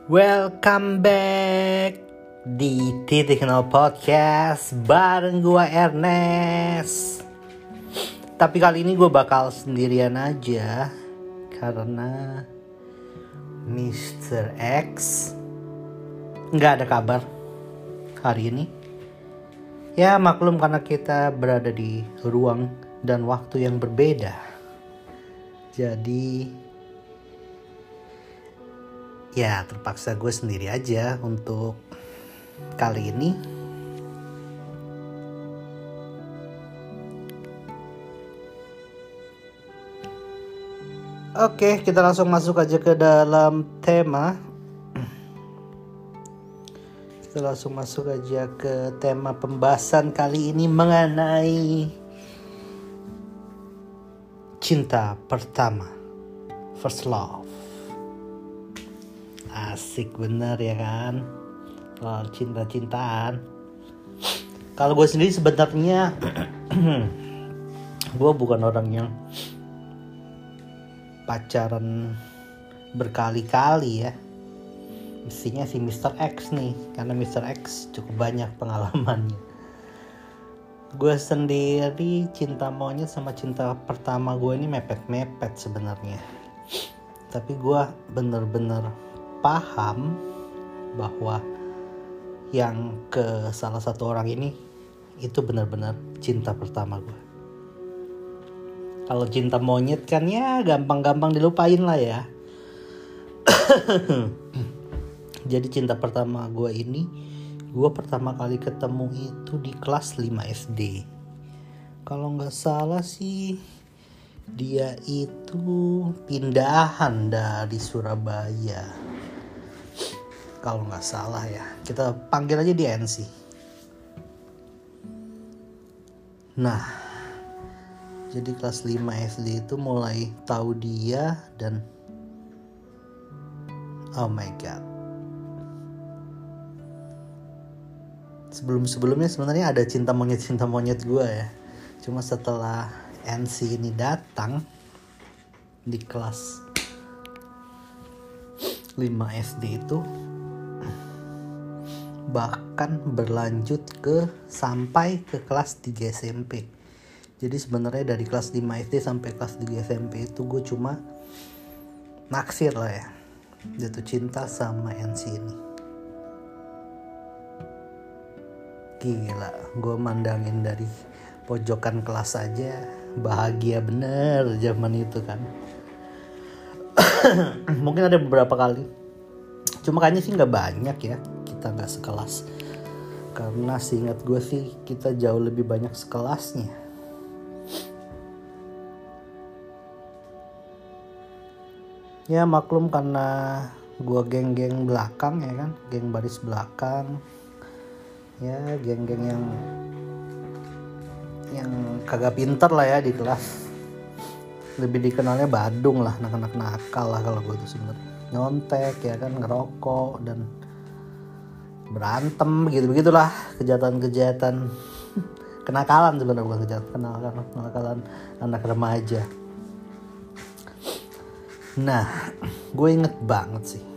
Welcome back di Titik Nol Podcast bareng gua Ernest. Tapi kali ini gua bakal sendirian aja karena Mr. X nggak ada kabar hari ini. Ya maklum karena kita berada di ruang dan waktu yang berbeda. Jadi ya terpaksa gue sendiri aja untuk kali ini. Oke, kita langsung masuk aja ke dalam tema. Kita langsung masuk aja ke tema pembahasan kali ini mengenai cinta pertama, first love. Asik bener ya kan, soal cinta-cintaan. Kalau gue sendiri sebenarnya gue bukan orang yang pacaran berkali-kali ya. Mestinya si Mr. X nih, karena Mr. X cukup banyak pengalamannya. Gue sendiri cinta monyet sama cinta pertama gue ini mepet-mepet sebenarnya. Tapi gue bener-bener paham bahwa yang ke salah satu orang ini itu benar-benar cinta pertama gue. Kalau cinta monyet kan ya gampang-gampang dilupain lah ya. Jadi cinta pertama gue ini, gue pertama kali ketemu itu di kelas 5 SD. Kalau gak salah sih dia itu pindahan dari Surabaya. Kalau nggak salah ya, kita panggil aja dia NC. Nah, jadi kelas 5 SD itu mulai tahu dia dan oh my god. Sebelumnya sebenarnya ada cinta monyet gue ya. Cuma setelah NC ini datang di kelas 5 SD itu, bahkan berlanjut sampai ke kelas 3 SMP. Jadi sebenarnya dari kelas 5 SD sampai kelas 3 SMP itu gue cuma naksir lah ya, jatuh cinta sama NC ini. Gila, gue mandangin dari pojokan kelas aja bahagia bener zaman itu kan. Mungkin ada beberapa kali, cuma kayaknya sih nggak banyak ya kita nggak sekelas, karena seingat gue sih kita jauh lebih banyak sekelasnya. Ya maklum karena gue geng-geng belakang ya kan, geng baris belakang, ya geng-geng yang kagak pinter lah ya di kelas. Lebih dikenalnya badung lah, anak-anak nakal lah kalau gue tuh sebenarnya. Nyontek ya kan, ngerokok dan berantem begitulah, kejahatan kenakalan sebenarnya, bukan kejahatan, kenakalan anak remaja. Nah, gue inget banget sih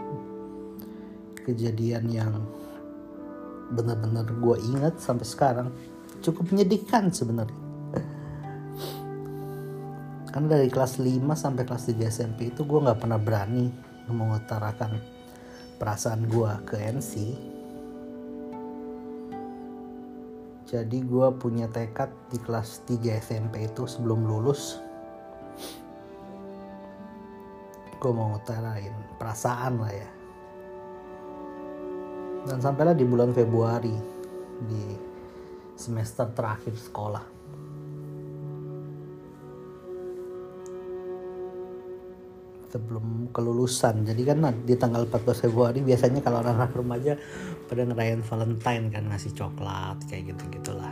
kejadian yang benar-benar gue inget sampai sekarang, cukup menyedihkan sebenarnya. Karena dari kelas 5 sampai kelas 3 SMP itu gue gak pernah berani mengutarakan perasaan gue ke NC. Jadi gue punya tekad di kelas 3 SMP itu sebelum lulus, gue mau ngutarain perasaan lah ya. Dan sampailah di bulan Februari di semester terakhir sekolah. Sebelum kelulusan. Jadi kan di tanggal 14 Februari biasanya kalau anak-anak remaja pada ngerayain Valentine kan, ngasih coklat kayak gitu-gitulah.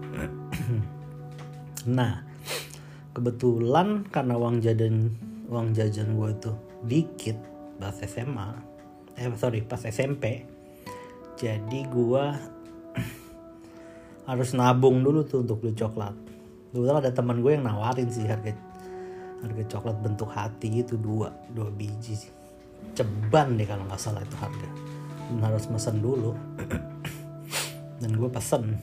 Nah, kebetulan karena uang jajan gue itu dikit pas pas SMP. Jadi gue harus nabung dulu tuh untuk beli coklat. Kebetulan ada teman gue yang nawarin sih harga coklat bentuk hati itu dua biji sih. ceban deh kalau nggak salah itu harga, dan harus mesen dulu. Dan gue pesen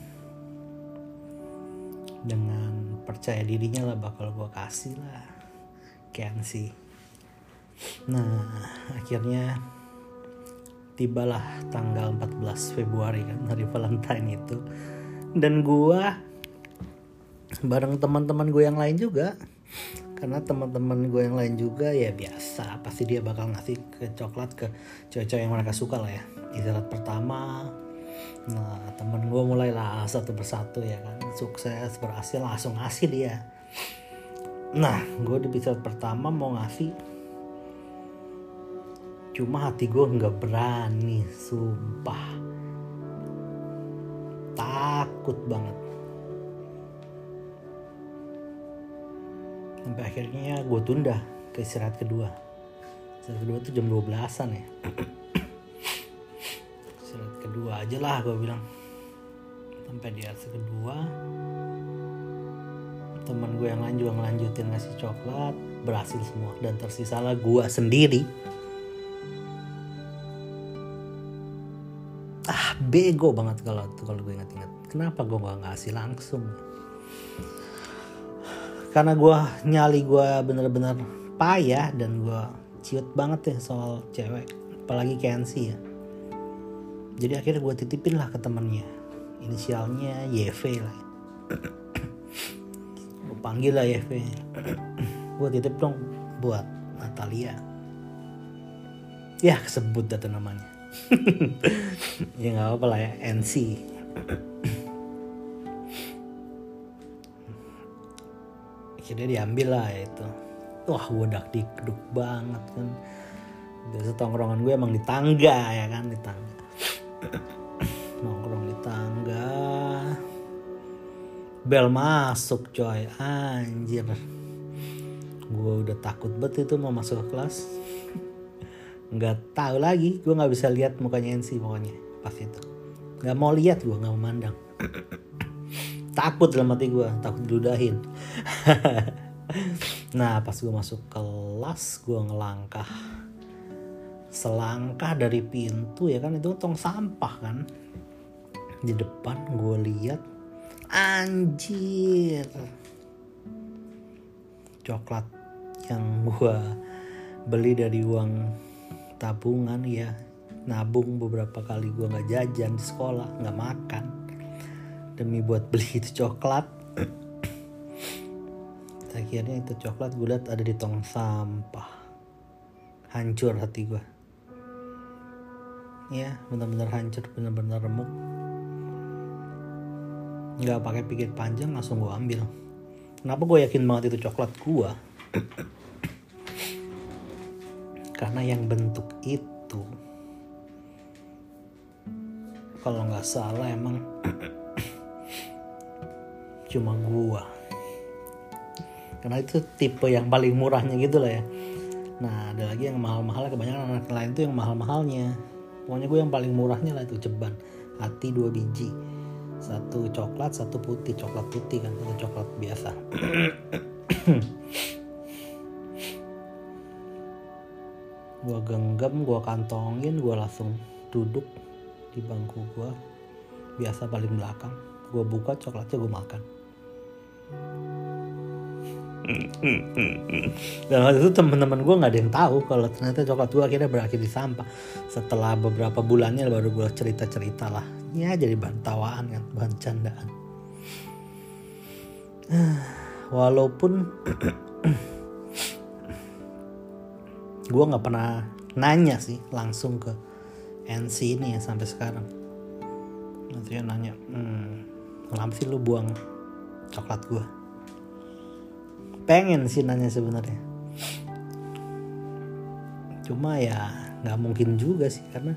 dengan percaya dirinya lah bakal gue kasih lah Kenzi. Nah akhirnya tibalah tanggal 14 Februari kan, hari Valentine itu, dan gue bareng teman-teman gue yang lain juga, karena teman-teman gue yang lain juga ya biasa pasti dia bakal ngasih ke coklat ke cewek-cewek yang mereka suka lah ya, istirahat pertama. Nah temen gue mulailah satu persatu ya kan, sukses berhasil langsung ngasih dia. Nah gue di episode pertama mau ngasih, cuma hati gue nggak berani, sumpah takut banget. Sampai akhirnya gue tunda ke istirahat kedua. Istirahat kedua tuh jam 12-an ya. Istirahat kedua aja lah gue bilang. Sampai di istirahat kedua, teman gue yang lain juga ngelanjutin ngasih coklat, berhasil semua, dan tersisalah gue sendiri. Bego banget kalau gue ingat-ingat. Kenapa gue gak ngasih langsung? Karena gue nyali gue bener-bener payah, dan gue ciut banget ya soal cewek, apalagi Kenzi ya. Jadi akhirnya gue titipin lah ke temennya, inisialnya YV lah. Gue panggil lah YV. Gue titip dong buat Natalia. Ya kesebut data namanya. Ya nggak apa-apa lah ya, NC. Akhirnya diambil lah itu. Wah gue dakdikduk banget kan. Biasa tongkrongan gue emang di tangga ya kan, di tangga. Nongkrong di tangga. Bel masuk coy, anjir. Gue udah takut banget itu mau masuk ke kelas. Nggak tahu lagi, gue nggak bisa lihat mukanya NC pokoknya pas itu. Nggak mau lihat, gue nggak memandang. Takut dalam hati gue, takut diludahin. Nah pas gue masuk kelas, gue ngelangkah selangkah dari pintu ya kan, itu tong sampah kan. Di depan gue lihat, anjir, coklat yang gue beli dari uang tabungan ya, nabung beberapa kali gue nggak jajan di sekolah, nggak makan demi buat beli itu coklat. Akhirnya itu coklat gue lihat ada di tong sampah. Hancur hati gue ya, benar-benar hancur, benar-benar remuk. Nggak pakai pikir panjang, langsung gue ambil. Kenapa gue yakin banget itu coklat gue? Karena yang bentuk itu, kalau nggak salah emang cuma gua. Karena itu tipe yang paling murahnya gitu lah ya. Nah ada lagi yang mahal-mahal, kebanyakan anak lain tuh yang mahal-mahalnya. Pokoknya gue yang paling murahnya lah itu ceban. Hati 2 biji. Satu coklat, satu putih. Coklat putih kan, satu coklat biasa. Gue genggam, gue kantongin, gue langsung duduk di bangku gue biasa paling belakang. Gue buka coklatnya, gue makan. Dan waktu itu teman-teman gue nggak ada yang tahu kalau ternyata coklat gue akhirnya berakhir di sampah. Setelah beberapa bulannya baru gue cerita-cerita lah, ya jadi bahan tawaan kan, bahan candaan. Walaupun gue nggak pernah nanya sih langsung ke NC ini ya sampai sekarang. Nanti nanya, kenapa sih lu buang coklat gue? Pengen sih nanya sebenarnya, cuma ya nggak mungkin juga sih, karena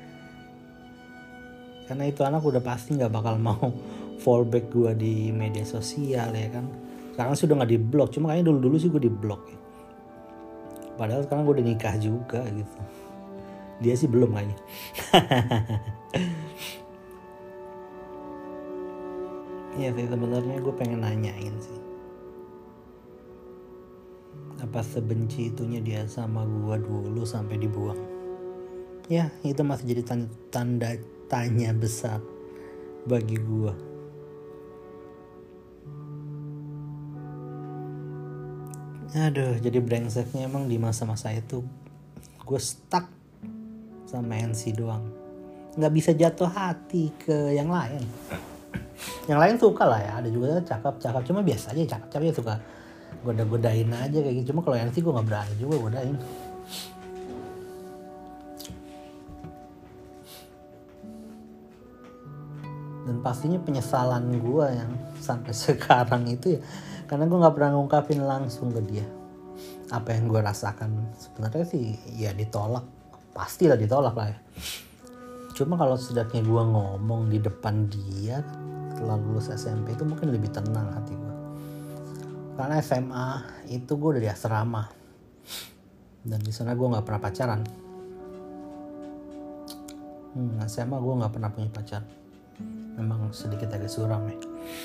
itu anak udah pasti nggak bakal mau fallback gue di media sosial ya kan. Sekarang sudah nggak di blok, cuma kayaknya dulu sih gue di blok ya. Padahal sekarang gue udah nikah juga gitu. Dia sih belum kayaknya. Ya sih sebenarnya gue pengen nanyain sih, apa pas sebenci itunya dia sama gue dulu sampai dibuang. Ya itu masih jadi tanda tanya besar bagi gue. Aduh, jadi brengseknya emang di masa-masa itu gue stuck sama NC doang, nggak bisa jatuh hati ke yang lain. Yang lain suka lah ya, ada juga cakep, cuma biasa aja cakep ya, suka godain aja kayak gitu. Cuma kalau NC gue nggak berani juga godain. Dan pastinya penyesalan gue yang sampai sekarang itu ya karena gue nggak pernah ngungkapin langsung ke dia apa yang gue rasakan. Sebenarnya sih ya ditolak, pastilah ditolak lah ya. Cuma kalau setidaknya gue ngomong di depan dia setelah lulus SMP itu mungkin lebih tenang hati gue. Karena SMA itu gue udah di asrama dan di sana gue nggak pernah pacaran. SMA gue nggak pernah punya pacar. Memang sedikit agak suram ya.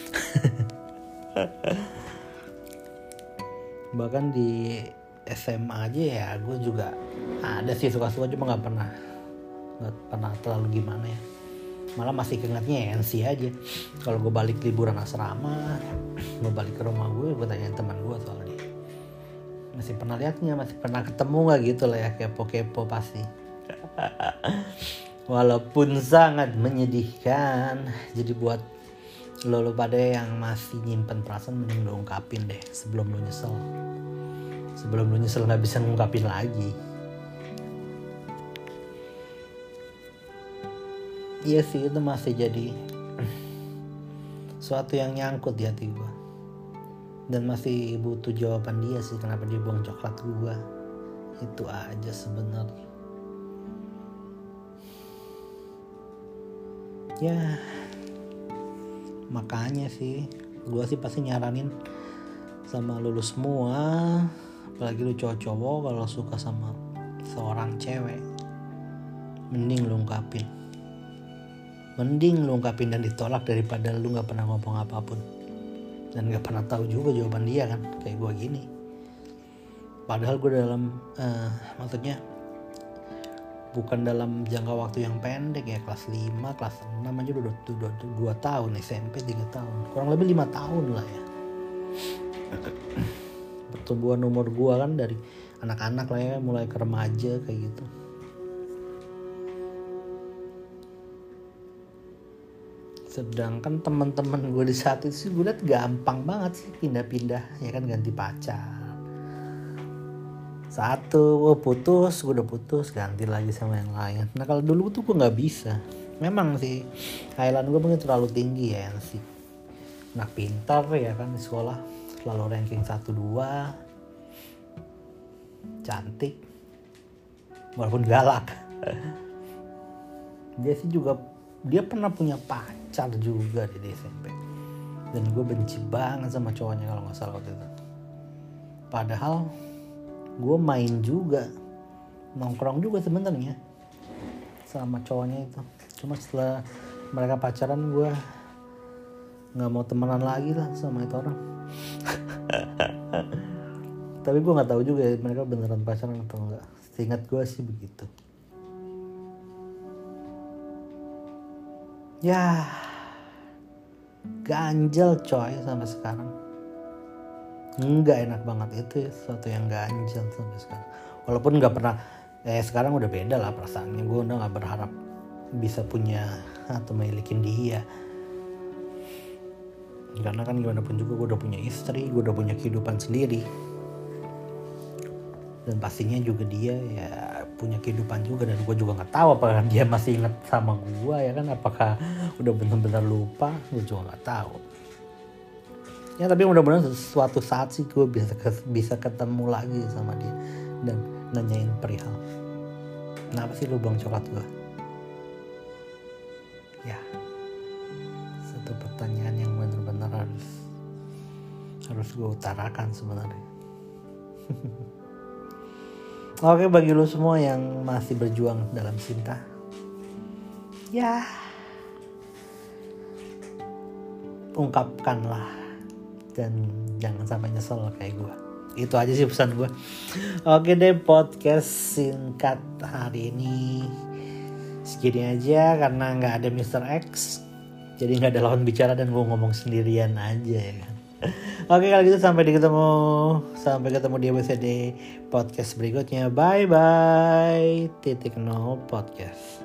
Bahkan di SMA aja ya gue juga ada sih suka-suka, cuma nggak pernah terlalu gimana ya. Malah masih keingetnya NC aja. Kalau gue balik liburan asrama, gue balik ke rumah gue tanyain teman gue soal dia. Masih pernah liatnya, masih pernah ketemu nggak gitu lah ya, kepo pasti. Walaupun sangat menyedihkan. Jadi buat lo pada yang masih nyimpen perasaan, mending lo ungkapin deh sebelum lo nyesel. Sebelum lo nyesel gak bisa ngungkapin lagi. Iya sih, itu masih jadi suatu yang nyangkut di hati gue. Dan masih butuh jawaban dia sih, kenapa dia buang coklat gue. Itu aja sebenarnya. Ya makanya sih gue sih pasti nyaranin sama lu semua, apalagi lu cowok-cowok, kalau suka sama seorang cewek mending lu ungkapin dan ditolak daripada lu gak pernah ngomong apapun dan gak pernah tahu juga jawaban dia kan, kayak gue gini. Padahal gue dalam maksudnya bukan dalam jangka waktu yang pendek ya, kelas 5, kelas 6 aja udah 2 tahun, SMP 3 tahun, kurang lebih 5 tahun lah ya. Pertumbuhan umur gua kan dari anak-anak lah ya, mulai ke remaja kayak gitu. Sedangkan teman-teman gue di saat itu sih gue liat gampang banget sih pindah-pindah ya kan, ganti pacar. Satu putus, gue udah putus, ganti lagi sama yang lain. Nah kalau dulu tuh gue nggak bisa. Memang sih highland gue mungkin terlalu tinggi ya sih. Anak pintar ya kan di sekolah, selalu ranking 1-2, cantik, walaupun galak. Dia pernah punya pacar juga di SMP. Dan gue benci banget sama cowoknya kalau nggak salah waktu itu. Padahal gue main juga, nongkrong juga sebenarnya sama cowoknya itu. Cuma setelah mereka pacaran gue nggak mau temenan lagi lah sama itu orang. Tapi gue nggak tahu juga ya mereka beneran pacaran atau enggak. Seingat gue sih begitu. Ya ganjel coy sampai sekarang. Nggak enak banget, itu sesuatu yang ganjel sampai sekarang. Walaupun nggak pernah, sekarang udah beda lah perasaannya. Gue udah nggak berharap bisa punya atau memilikin dia. Karena kan gimana pun juga gue udah punya istri, gue udah punya kehidupan sendiri. Dan pastinya juga dia ya punya kehidupan juga, dan gue juga nggak tahu apakah dia masih ingat sama gue ya kan, apakah udah benar-benar lupa, gue juga nggak tahu. Ya tapi mudah-mudahan suatu saat sih gue bisa ketemu lagi sama dia dan nanyain perihal kenapa sih lu buang coklat gue. Ya satu pertanyaan yang benar-benar harus gue utarakan sebenarnya. Oke, bagi lu semua yang masih berjuang dalam cinta, ya ungkapkanlah dan jangan sampai nyesel kayak gue. Itu aja sih pesan gue. Oke deh, podcast singkat hari ini segini aja karena nggak ada Mr. X, jadi nggak ada lawan bicara dan gue ngomong sendirian aja ya kan. Oke, kalau gitu sampai ketemu di episode podcast berikutnya. Bye bye. .0 podcast.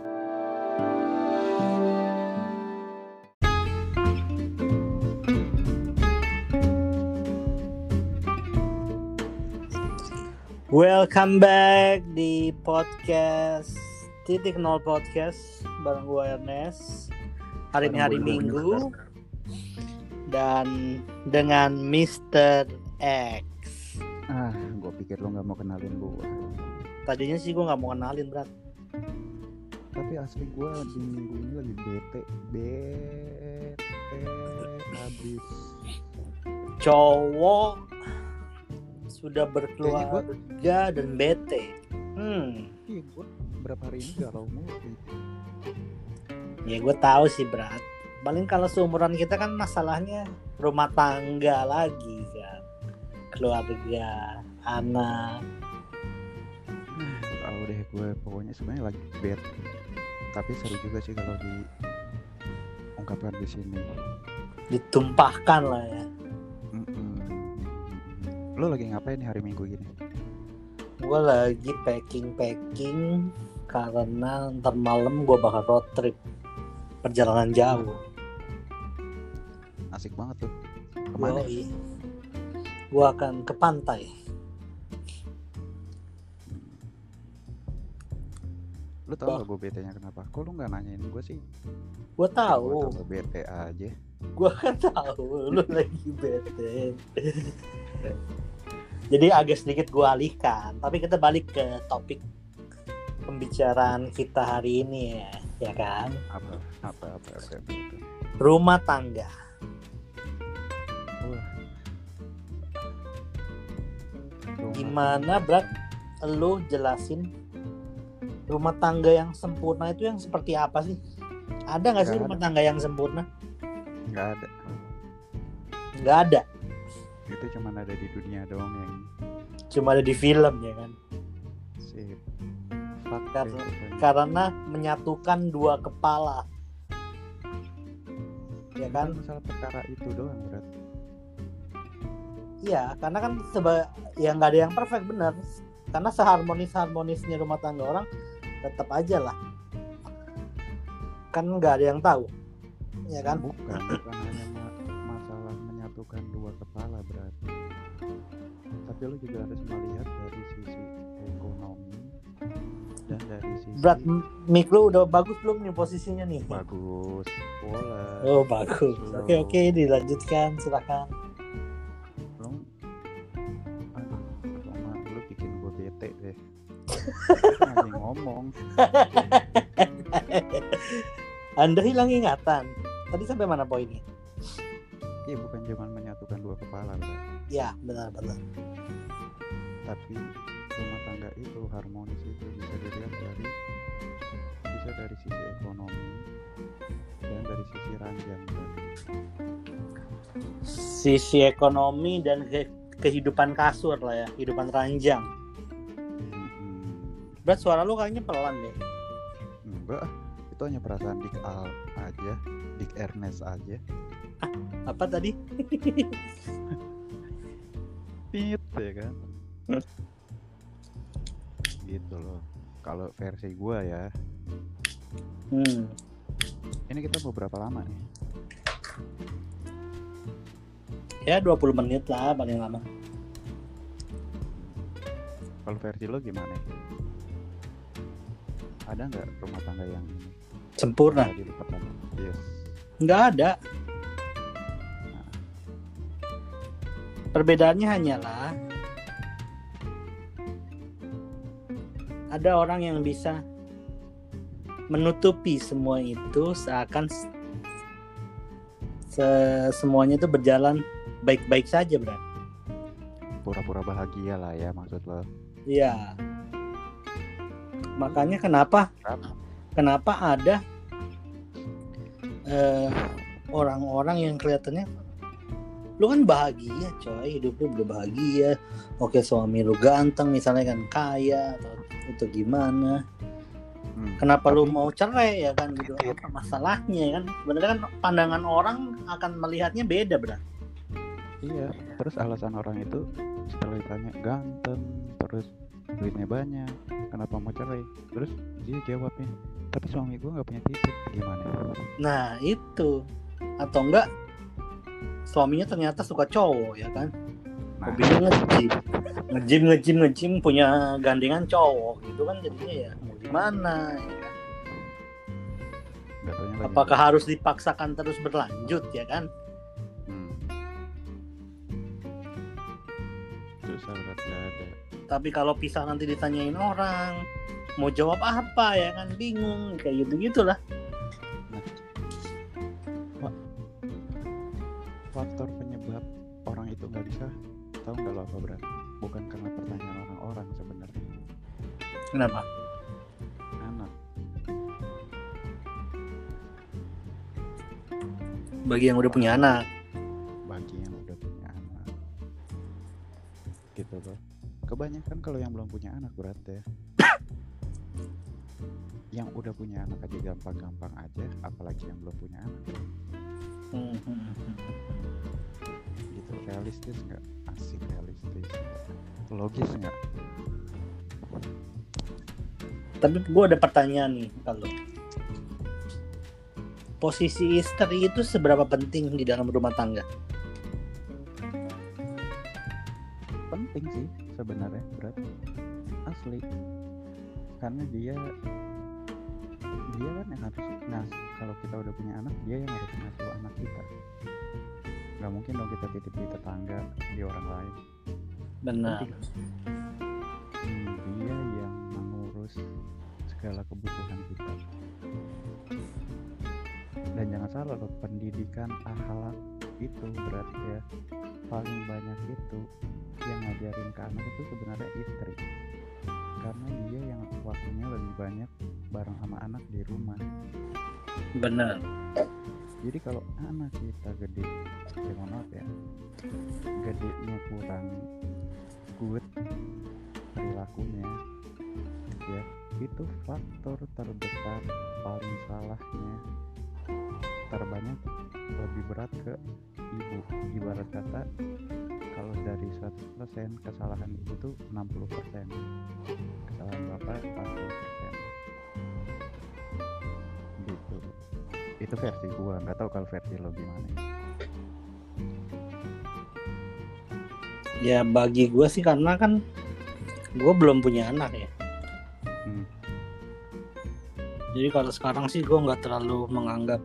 Welcome back di podcast .0 podcast bareng gue Ernest. Hari ini hari Minggu dan dengan Mr. X. Gue pikir lo nggak mau kenalin gue. Tadinya sih gue nggak mau kenalin, Brat. Tapi asli gue di minggu ini lagi bete habis. Cowok sudah berkeluarga dan bete. Iya, gue berapa hari ini galau mulu. Ya gue tahu sih, Brat. Paling kalau seumuran kita kan masalahnya rumah tangga lagi kan, keluarga, anak. Tahu deh, gue pokoknya sebenarnya lagi bete. Tapi seru juga sih kalau diungkapkan di sini. Ditumpahkan lah ya. Lo lagi ngapain nih hari Minggu gini? Gue lagi packing karena ntar malam gue bakal road trip perjalanan jauh. Asik banget tuh. Kemana? Gue akan ke pantai. Lo tau gak gue bete-nya kenapa? Kok lo gak nanyain gue sih? Gue tahu. Gue bete aja. Gue kan tahu lo lagi bete. Jadi agak sedikit gue alihkan, tapi kita balik ke topik pembicaraan kita hari ini ya kan? Apa. Rumah tangga. Gimana, Brat? Lu jelasin rumah tangga yang sempurna itu yang seperti apa sih? Ada nggak sih rumah tangga yang sempurna? Nggak ada. Nggak ada. Itu cuma ada di dunia doang yang cuma ada di film ya kan. Sip. Karena menyatukan dua kepala ya kan. Masalah perkara itu doang berarti. Iya, karena kan ya nggak ada yang perfect, bener. Karena seharmonisnya rumah tangga orang tetap aja lah, kan nggak ada yang tahu ya kan. Bukan hanya masalah menyatukan dua kepala berarti, tapi lo juga harus melihat dari sisi ekonomi dan dari sisi. Berat, mic lu udah bagus belum nih posisinya nih? Bagus, boleh. Oh bagus. Oke, dilanjutkan, silakan. Lu bikin gue bete deh. Lagi ngomong. Anda hilang ingatan. Tadi sampai mana poinnya? Iya, bukan cuma menyatukan dua kepala, Bro. Ya, benar. Tapi rumah tangga itu harmonis itu bisa dilihat dari sisi ekonomi dan dari sisi ranjang, Bro. Sisi ekonomi dan kehidupan kasur lah ya, kehidupan ranjang. Berat, suara lu kayaknya pelan deh. Enggak, itu hanya perasaan Dik Ernest aja. Apa tadi? Pit ya kan. Gitu loh. Kalau versi gua ya. Ini kita beberapa lama nih? Ya 20 menit lah paling lama. Kalau versi lo gimana? Ada nggak rumah tangga yang sempurna? Yes. Nggak ada. Perbedaannya hanyalah ada orang yang bisa menutupi semua itu seakan semuanya itu berjalan baik-baik saja, Bro. Pura-pura bahagia lah ya maksud lo. Iya. Makanya kenapa ada orang-orang yang kelihatannya Lu kan bahagia coy, hidup lu udah bahagia. Oke, suami lu ganteng misalnya kan, kaya atau gimana. Kenapa lu mau cerai ya kan gitu? Apa masalahnya ya kan? Sebenarnya kan pandangan orang akan melihatnya beda, benar. Iya, terus alasan orang itu setelah ditanya ganteng, terus duitnya banyak, kenapa mau cerai? Terus dia jawabnya, tapi suami gue nggak punya titik, gimana? Nah itu, atau enggak suaminya ternyata suka cowok ya kan? Hobinya ngejim punya gandengan cowok gitu kan, jadinya ya mau gimana ya kan? Apakah harus dipaksakan terus berlanjut ya kan? Tapi kalau pisah nanti ditanyain orang, mau jawab apa ya kan, bingung kayak gitu-gitulah. Faktor penyebab orang itu nggak bisa, tahu nggak lo apa berarti? Bukan karena pertanyaan orang-orang sebenarnya. Kenapa? Anak. Bagi yang udah punya anak. Gitu loh. Kebanyakan kalau yang belum punya anak berarti ya. Yang udah punya anak aja gampang-gampang aja, apalagi yang belum punya anak. Gitu, realistis nggak? Asik, realistis. Logis nggak? Tapi gue ada pertanyaan nih, kalau posisi istri itu seberapa penting di dalam rumah tangga? Penting sih sebenarnya, berat asli, karena dia kan yang harus ngasih. Kalau kita udah punya anak, dia yang harus ngasuh anak kita. Nggak mungkin dong kita titip di tetangga, di orang lain. Benar. Dia yang mengurus segala kebutuhan kita. Dan jangan salah loh, pendidikan akhlak itu berarti ya paling banyak itu yang ngajarin ke anak itu sebenarnya istri, karena dia yang waktunya lebih banyak bareng sama anak di rumah. Benar. Jadi kalau anak kita gede, mohon maaf ya, gedenya kurang good perilakunya ya, itu faktor terbesar, paling salahnya terbanyak, lebih berat ke ibu. Ibarat kata kalau dari 100% kesalahan ibu tuh 60%, kesalahan bapak 40%. Gitu. Itu versi gua, nggak tahu kalau versi lo gimana. Ya bagi gua sih, karena kan gua belum punya anak ya. Jadi kalau sekarang sih gua nggak terlalu menganggap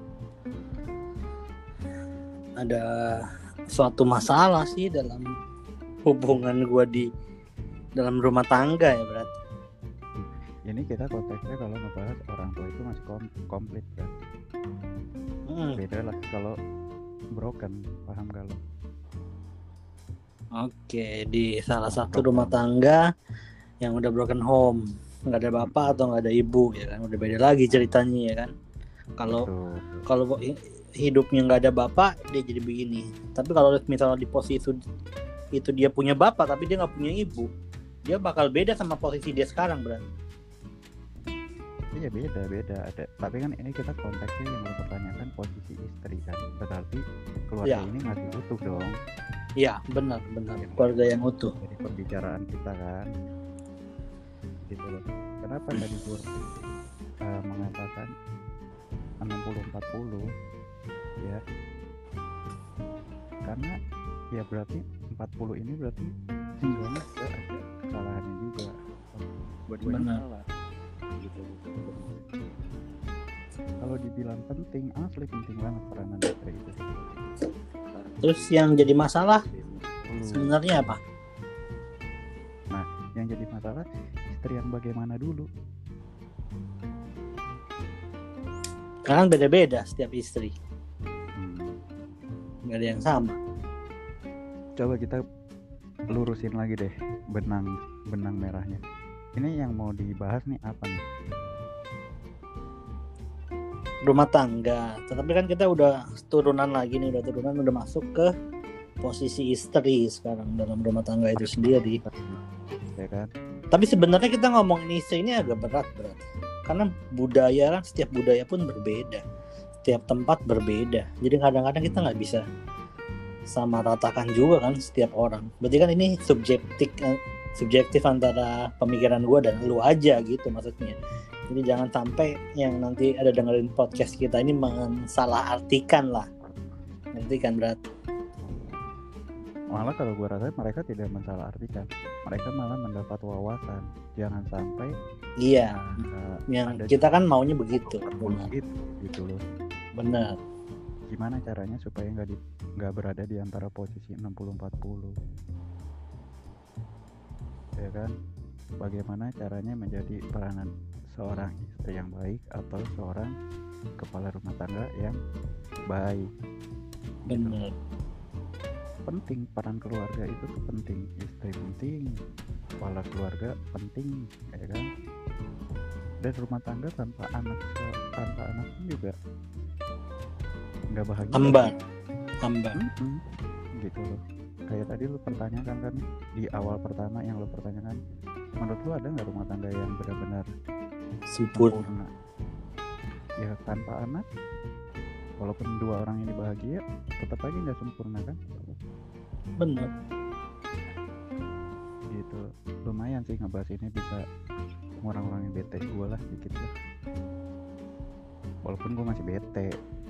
ada suatu masalah sih dalam hubungan gue di dalam rumah tangga ya berarti. Ini kita konteksnya kalau ngebahas orang tua itu masih komplit kan. Beda lah kalau broken, paham gak lo? Oke, di salah satu rumah tangga yang udah broken home, nggak ada bapak atau nggak ada ibu ya kan, udah beda lagi ceritanya ya kan. Kalau hidupnya nggak ada bapak, dia jadi begini. Tapi kalau misalnya di posisi itu dia punya bapak tapi dia nggak punya ibu, dia bakal beda sama posisi dia sekarang berarti. Iya beda ada. Tapi kan ini kita konteksnya yang mempertanyakan posisi istri kan, berarti keluarga ini ngasih utuh dong. Iya benar keluarga yang utuh. Dari pembicaraan kita kan, gitu loh. Kenapa tadi gue mengatakan 60-40 ya, karena ya berarti 40 ini berarti sebenarnya ada kesalahannya juga, buat gue salah gitu. Kalau dibilang penting, asli penting banget peranan istri itu. Terus yang jadi masalah sebenarnya apa? Nah, yang jadi masalah istri yang bagaimana dulu? Karena beda-beda setiap istri. Gak ada yang sama. Coba kita lurusin lagi deh benang merahnya. Ini yang mau dibahas nih apa nih? Rumah tangga. Tetapi kan kita udah turunan lagi nih, udah masuk ke posisi istri sekarang dalam rumah tangga itu sendiri. Ya kan? Tapi sebenarnya kita ngomongin istri ini agak berat. Karena budaya kan, setiap budaya pun berbeda, setiap tempat berbeda. Jadi kadang-kadang kita nggak bisa sama ratakan juga kan setiap orang. Berarti kan ini subjektif antara pemikiran gue dan lu aja gitu maksudnya. Jadi jangan sampai yang nanti ada dengerin podcast kita ini mensalahartikan lah. Nanti kan berat. Malah kalau gue rasa mereka tidak mensalahartikan, mereka malah mendapat wawasan. Jangan sampai iya, yang kita kan maunya begitu. Gitu loh. Benar. Gimana caranya supaya nggak berada di antara posisi 60-40, ya kan? Bagaimana caranya menjadi peranan seorang istri yang baik atau seorang kepala rumah tangga yang baik? Benar. Penting, peran keluarga itu tuh penting, istri penting, kepala keluarga penting, ya kan? Dan rumah tangga tanpa anak juga nggak bahagia. Hambar. Gitu loh. Kayak tadi lu pertanyakan kan di awal pertama yang lu pertanyakan, menurut lu ada nggak rumah tangga yang benar-benar sempurna? Ya tanpa anak, walaupun dua orang ini bahagia, tetap aja nggak sempurna kan? Benar. Gitu. Lumayan sih ngebahas ini, bisa orang-orang yang bete gue lah dikit lah. Walaupun gue masih bete.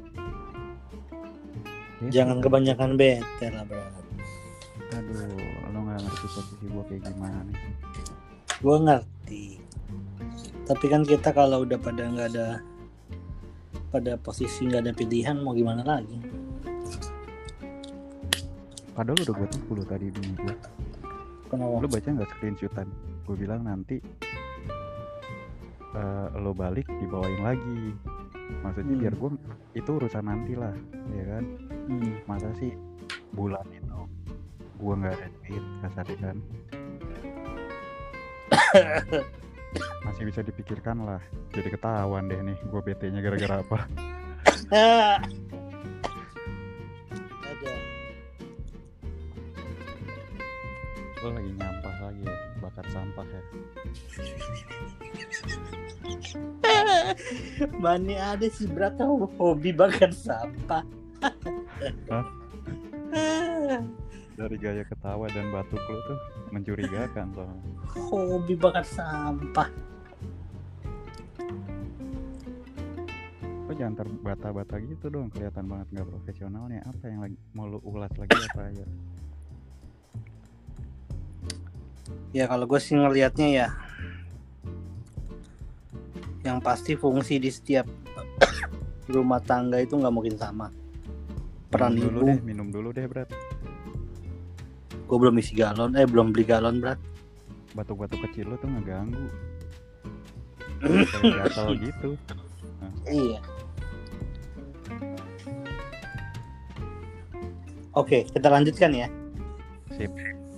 Jangan kebanyakan bete lah berat. Aduh, lo nggak ngerti posisi gue kayak gimana nih. Gue ngerti. Tapi kan kita kalau udah pada posisi nggak ada pilihan, mau gimana lagi? Padahal udah gue tuh 10 tadi bini gue. Kenapa? Lo baca nggak screenshotan? Gue bilang nanti lo balik dibawain lagi. Maksudnya biar gue, itu urusan nanti lah, ya kan? Masa sih bulan itu gue nggak ada duit kasarnya kan? Masih bisa dipikirkan lah. Jadi ketahuan deh nih gue bete-nya gara-gara apa. Lo lagi nyampah lagi ya, bakar sampah ya. Mana ada sih berat hobi bakar sampah. Dari gaya ketawa dan batuk lo tuh mencurigakan soalnya. Hobi bakar sampah. Lo jangan terbata-bata gitu dong, kelihatan banget nggak profesionalnya. Apa yang lagi mau lo ulas lagi apa aja? Ya kalau gue sih ngelihatnya ya, yang pasti fungsi di setiap rumah tangga itu nggak mungkin sama. Peran ibu. Minum dulu deh berat. Gue belum beli galon berat. Batuk-batuk kecil lo tuh ngeganggu. Kayak gatal gitu. Nah. Iya. Oke, kita lanjutkan ya. Sip.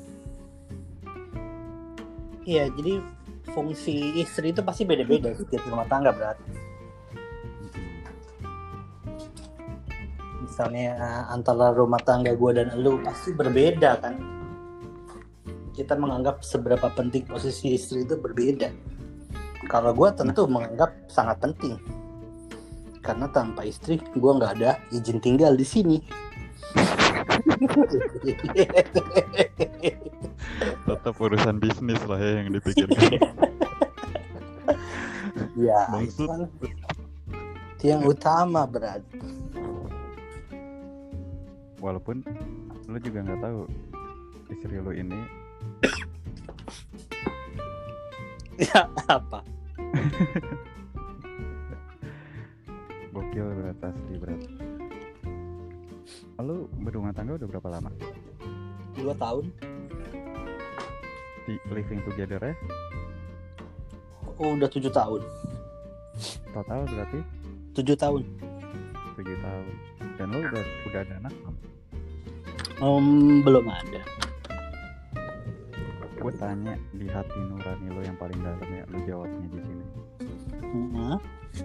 Iya, jadi fungsi istri itu pasti beda-beda setiap rumah tangga berat. Misalnya antara rumah tangga gue dan elu pasti berbeda kan. Kita menganggap seberapa penting posisi istri itu berbeda. Kalau gue tentu menganggap sangat penting. Karena tanpa istri gue nggak ada izin tinggal di sini. Tetap urusan bisnis lah ya yang dipikirkan. Ya, itu kan yang utama berat. Walaupun lo juga nggak tahu istri lo ini ya apa? Gokil berat, asli berat. Lo berumah tangga udah berapa lama? 2 tahun. Di living together ya? Oh, udah 7 tahun. Total berarti? 7 tahun. 7 tahun. Dan lo udah ada anak belum? Belum ada. Gue tanya di hati nurani lo yang paling dalam ya, lo jawabnya di sini.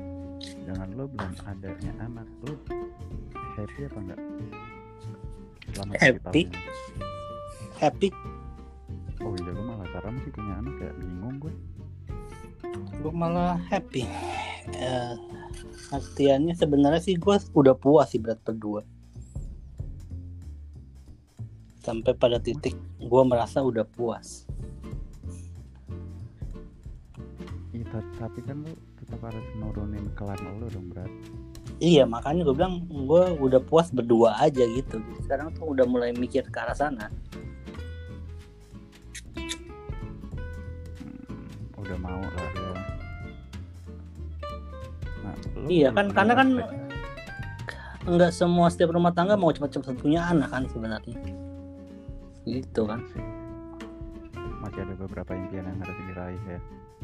Dengan lo belum adanya anak, lo happy apa enggak? selama 7 Happy. tahun ini? Happy. Oh iya, gue malah serem sih punya anak, kayak bingung gue. Gue malah happy. Artiannya sebenarnya sih gue udah puas sih berat berdua. Sampai pada titik gue merasa udah puas. Iya, tapi kan lu tetap harus nurunin kelan lu dong, berat. Iya, makanya gue bilang gue udah puas berdua aja gitu. Jadi sekarang tuh udah mulai mikir ke arah sana. Udah mau lah ya. Nah, Iya kan, karena kan nggak semua setiap rumah tangga mau cepat-cepat punya anak kan sebenarnya. Gitu kan. Masih ada beberapa impian yang harus diraih ya.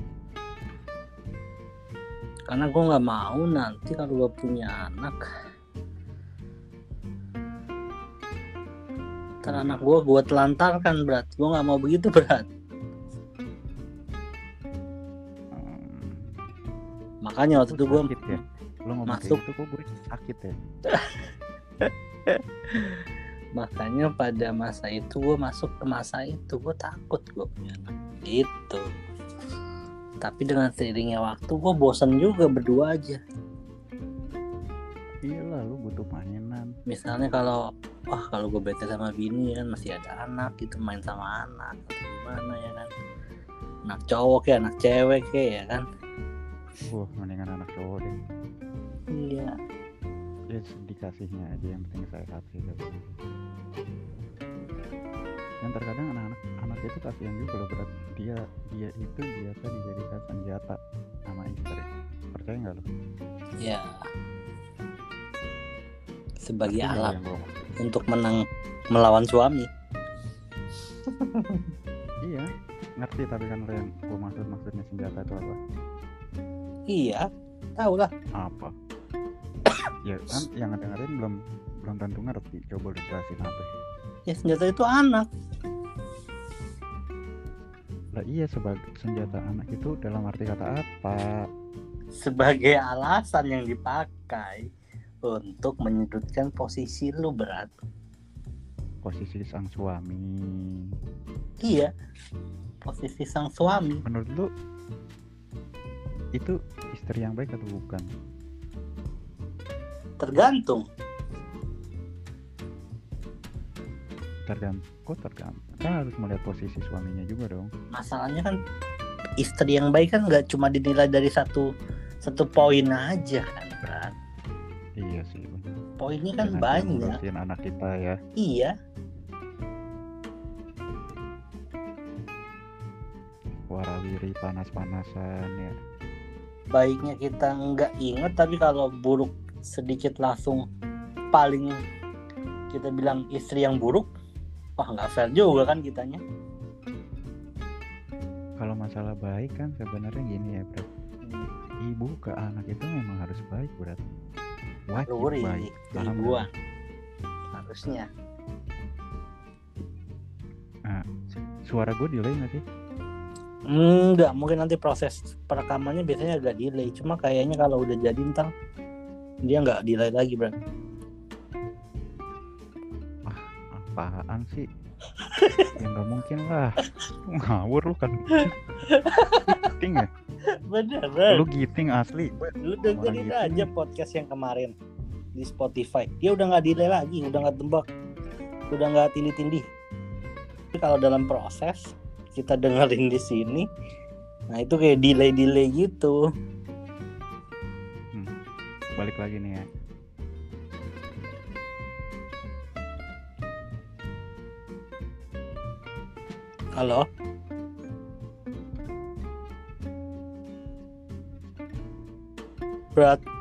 Karena gue nggak mau nanti kalau gue punya anak, ntar anak gue telantarkan, berat. Gue nggak mau begitu, berat. Makanya waktu itu gue ya? Lo ngomong masuk kayak gitu kok gue sakit ya. Makanya pada masa itu gue masuk ke masa itu, gue takut gue punya anak gitu. Tapi dengan seiringnya waktu gue bosan juga berdua aja. Iyalah, lu butuh mainan. Misalnya kalau gue bete sama bini kan masih ada anak gitu, main sama anak atau gimana ya kan. Anak cowok ya, anak cewek ya kan. Mendingan anak cowok deh. Iya. Ya dikasihnya aja, yang penting saya kasih. Dan terkadang anak itu kasihan juga loh, berat. Dia itu biasa dijadikan senjata sama istri. Percaya nggak lo? Ya. Sebagai Ngerti alat yang gua maksud? untuk menang melawan suami. Iya, ngerti, tapi kan lo yang gue maksudnya senjata itu apa? Iya, tahu lah. Apa? Ya kan yang dengerin belum tentu ngerti. Coba lu jelasin apa? Ya senjata itu anak. Lah iya, sebagai senjata anak itu dalam arti kata apa? Sebagai alasan yang dipakai untuk menyudutkan posisi lu, berat. Posisi sang suami. Iya, posisi sang suami. Menurut lu itu istri yang baik atau bukan? Tergantung. Kok tergantung? Kan harus melihat posisi suaminya juga dong. Masalahnya kan istri yang baik kan nggak cuma dinilai dari satu poin aja kan, berat. Iya sih, benar. Poinnya kan Jangan banyak. ngurusin anak kita ya. Iya. Warawiri panas-panasan ya. Baiknya kita nggak inget, tapi kalau buruk sedikit langsung paling kita bilang istri yang buruk, nggak fair juga kan kitanya. Kalau masalah baik kan sebenarnya gini ya, bro. Ibu ke anak itu memang harus baik, berat. Wajib baik. Ibuan harusnya. Nah, suara gue delay nggak sih? Enggak, mungkin nanti proses perekamannya biasanya agak delay. Cuma kayaknya kalau udah jadi ntar dia nggak delay lagi, bro. Apaan sih? Ya nggak mungkin lah. Lu ngawur lu kan. Giting ya? Bener. Lu giting asli. Lu dengerin aja podcast yang kemarin di Spotify. Dia udah nggak delay lagi, udah nggak tembak, udah nggak tindih-tindih. Tapi kalau dalam proses kita dengerin di sini, nah itu kayak delay gitu. Balik lagi nih ya. Halo. Berat.